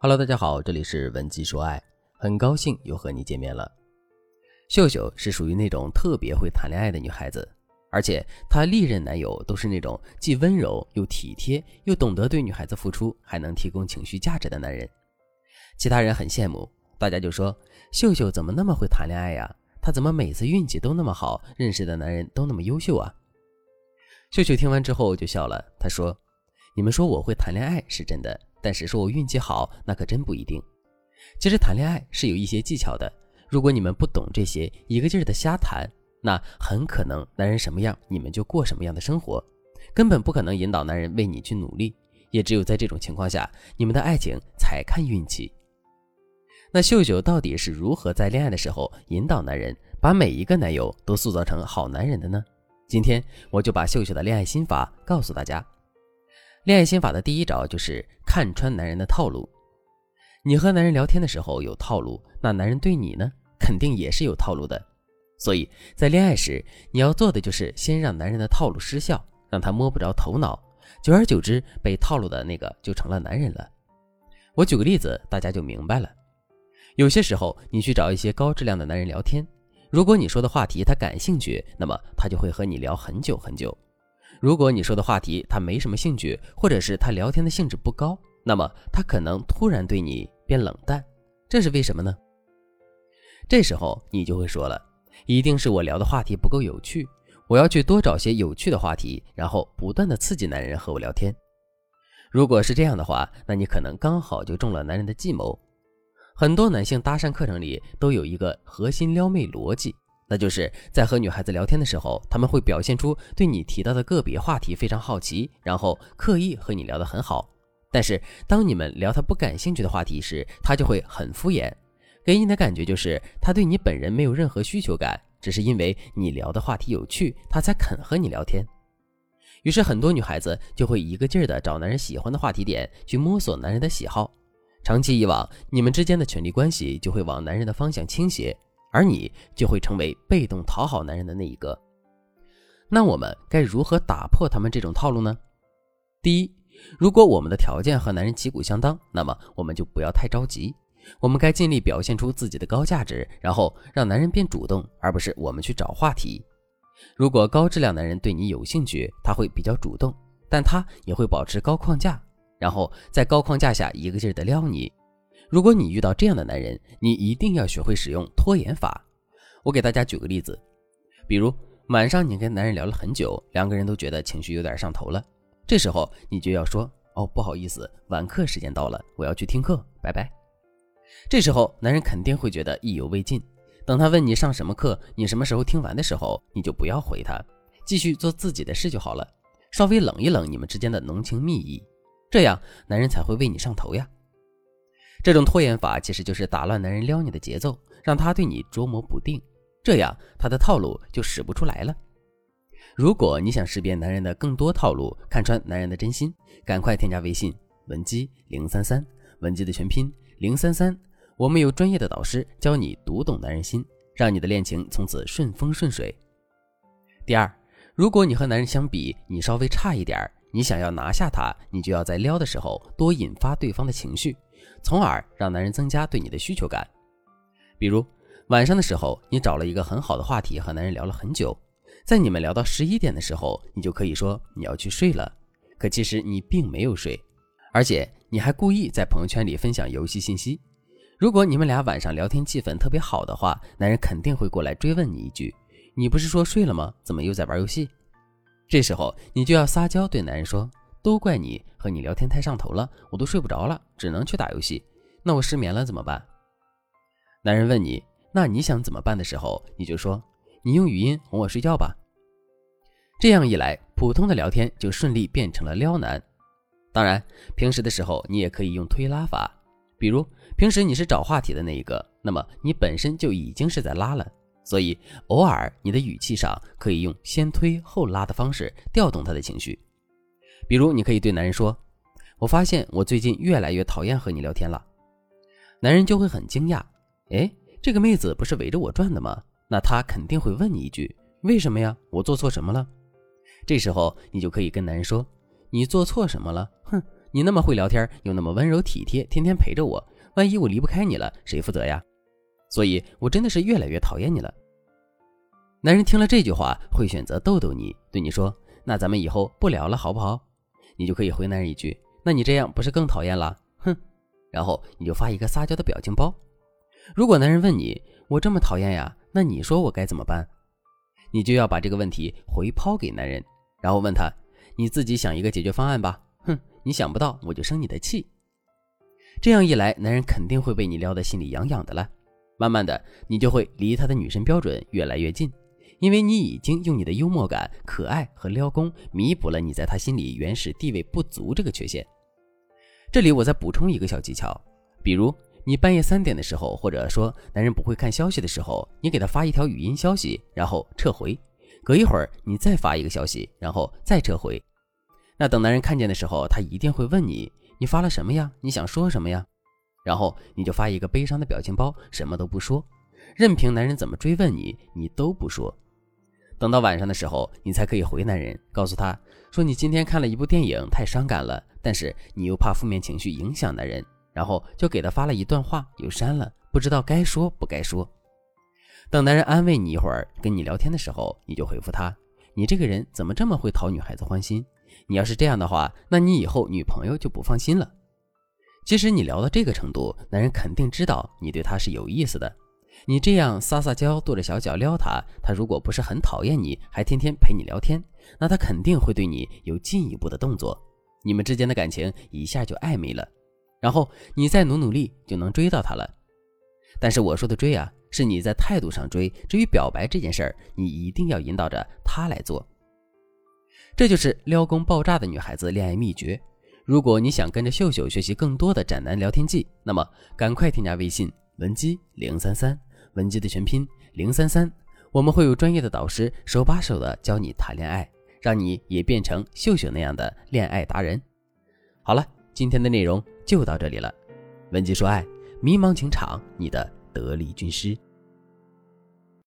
Hello， 大家好，这里是文姬说爱，很高兴又和你见面了。秀秀是属于那种特别会谈恋爱的女孩子，而且她历任男友都是那种既温柔又体贴，又懂得对女孩子付出，还能提供情绪价值的男人。其他人很羡慕，大家就说秀秀怎么那么会谈恋爱呀？她怎么每次运气都那么好，认识的男人都那么优秀啊？秀秀听完之后就笑了，她说：你们说我会谈恋爱是真的，但是说我运气好，那可真不一定。其实谈恋爱是有一些技巧的，如果你们不懂这些，一个劲儿的瞎谈，那很可能男人什么样你们就过什么样的生活，根本不可能引导男人为你去努力，也只有在这种情况下，你们的爱情才看运气。那秀秀到底是如何在恋爱的时候引导男人，把每一个男友都塑造成好男人的呢？今天我就把秀秀的恋爱心法告诉大家。恋爱心法的第一招就是看穿男人的套路。你和男人聊天的时候有套路，那男人对你呢，肯定也是有套路的。所以在恋爱时，你要做的就是先让男人的套路失效，让他摸不着头脑，久而久之，被套路的那个就成了男人了。我举个例子，大家就明白了。有些时候，你去找一些高质量的男人聊天，如果你说的话题他感兴趣，那么他就会和你聊很久很久。如果你说的话题他没什么兴趣，或者是他聊天的兴致不高，那么他可能突然对你变冷淡，这是为什么呢？这时候你就会说了，一定是我聊的话题不够有趣，我要去多找些有趣的话题，然后不断的刺激男人和我聊天。如果是这样的话，那你可能刚好就中了男人的计谋。很多男性搭讪课程里都有一个核心撩妹逻辑，那就是在和女孩子聊天的时候，他们会表现出对你提到的个别话题非常好奇，然后刻意和你聊得很好。但是当你们聊他不感兴趣的话题时，他就会很敷衍，给你的感觉就是他对你本人没有任何需求感，只是因为你聊的话题有趣，他才肯和你聊天。于是很多女孩子就会一个劲儿地找男人喜欢的话题点去摸索男人的喜好，长期以往，你们之间的权力关系就会往男人的方向倾斜，而你就会成为被动讨好男人的那一个。那我们该如何打破他们这种套路呢？第一，如果我们的条件和男人旗鼓相当，那么我们就不要太着急，我们该尽力表现出自己的高价值，然后让男人变主动，而不是我们去找话题。如果高质量男人对你有兴趣，他会比较主动，但他也会保持高框架，然后在高框架下一个劲儿的撩你。如果你遇到这样的男人，你一定要学会使用拖延法。我给大家举个例子，比如晚上你跟男人聊了很久，两个人都觉得情绪有点上头了，这时候你就要说，不好意思，晚课时间到了，我要去听课，拜拜。这时候男人肯定会觉得意犹未尽，等他问你上什么课，你什么时候听完的时候，你就不要回他，继续做自己的事就好了，稍微冷一冷你们之间的浓情蜜意，这样男人才会为你上头呀。这种拖延法其实就是打乱男人撩你的节奏，让他对你捉摸不定，这样他的套路就使不出来了。如果你想识别男人的更多套路，看穿男人的真心，赶快添加微信文姬033，文姬的全拼033，我们有专业的导师教你读懂男人心，让你的恋情从此顺风顺水。第二，如果你和男人相比你稍微差一点，你想要拿下他，你就要在撩的时候多引发对方的情绪，从而让男人增加对你的需求感。比如晚上的时候，你找了一个很好的话题和男人聊了很久，在你们聊到11点的时候，你就可以说你要去睡了，可其实你并没有睡，而且你还故意在朋友圈里分享游戏信息。如果你们俩晚上聊天气氛特别好的话，男人肯定会过来追问你一句，你不是说睡了吗？怎么又在玩游戏？这时候你就要撒娇对男人说，都怪你和你聊天太上头了，我都睡不着了，只能去打游戏，那我失眠了怎么办？男人问你，那你想怎么办的时候，你就说，你用语音哄我睡觉吧。这样一来，普通的聊天就顺利变成了撩男。当然平时的时候你也可以用推拉法，比如平时你是找话题的那一个，那么你本身就已经是在拉了，所以偶尔你的语气上可以用先推后拉的方式调动他的情绪。比如你可以对男人说，我发现我最近越来越讨厌和你聊天了。男人就会很惊讶，这个妹子不是围着我转的吗？那他肯定会问你一句，为什么呀？我做错什么了？这时候你就可以跟男人说，你做错什么了？ 你那么会聊天，又那么温柔体贴，天天陪着我，万一我离不开你了，谁负责呀？所以我真的是越来越讨厌你了。男人听了这句话，会选择逗逗你，对你说，那咱们以后不聊了好不好？你就可以回男人一句，那你这样不是更讨厌了？哼。然后你就发一个撒娇的表情包。如果男人问你，我这么讨厌呀，那你说我该怎么办？你就要把这个问题回抛给男人，然后问他，你自己想一个解决方案吧。哼，你想不到我就生你的气。这样一来，男人肯定会被你撩得心里痒痒的了。慢慢的，你就会离他的女神标准越来越近，因为你已经用你的幽默感、可爱和撩功弥补了你在他心里原始地位不足这个缺陷。这里我再补充一个小技巧，比如你半夜3点的时候，或者说男人不会看消息的时候，你给他发一条语音消息，然后撤回，隔一会儿你再发一个消息，然后再撤回。那等男人看见的时候，他一定会问你，你发了什么呀？你想说什么呀？然后你就发一个悲伤的表情包，什么都不说，任凭男人怎么追问你，你都不说。等到晚上的时候，你才可以回男人，告诉他说你今天看了一部电影，太伤感了，但是你又怕负面情绪影响男人，然后就给他发了一段话，又删了，不知道该说不该说。等男人安慰你一会儿，跟你聊天的时候，你就回复他，你这个人怎么这么会讨女孩子欢心？你要是这样的话，那你以后女朋友就不放心了。其实你聊到这个程度，男人肯定知道你对他是有意思的。你这样撒撒娇，跺着小脚撩他，他如果不是很讨厌你，还天天陪你聊天，那他肯定会对你有进一步的动作，你们之间的感情一下就暧昧了，然后你再努力就能追到他了。但是我说的追啊，是你在态度上追，至于表白这件事儿，你一定要引导着他来做。这就是撩功爆炸的女孩子恋爱秘诀。如果你想跟着秀秀学习更多的斩男聊天技，那么赶快添加微信文姬033，文姬的全拼033，我们会有专业的导师手把手的教你谈恋爱，让你也变成秀秀那样的恋爱达人。好了，今天的内容就到这里了。文姬说爱，迷茫情场你的得力军师。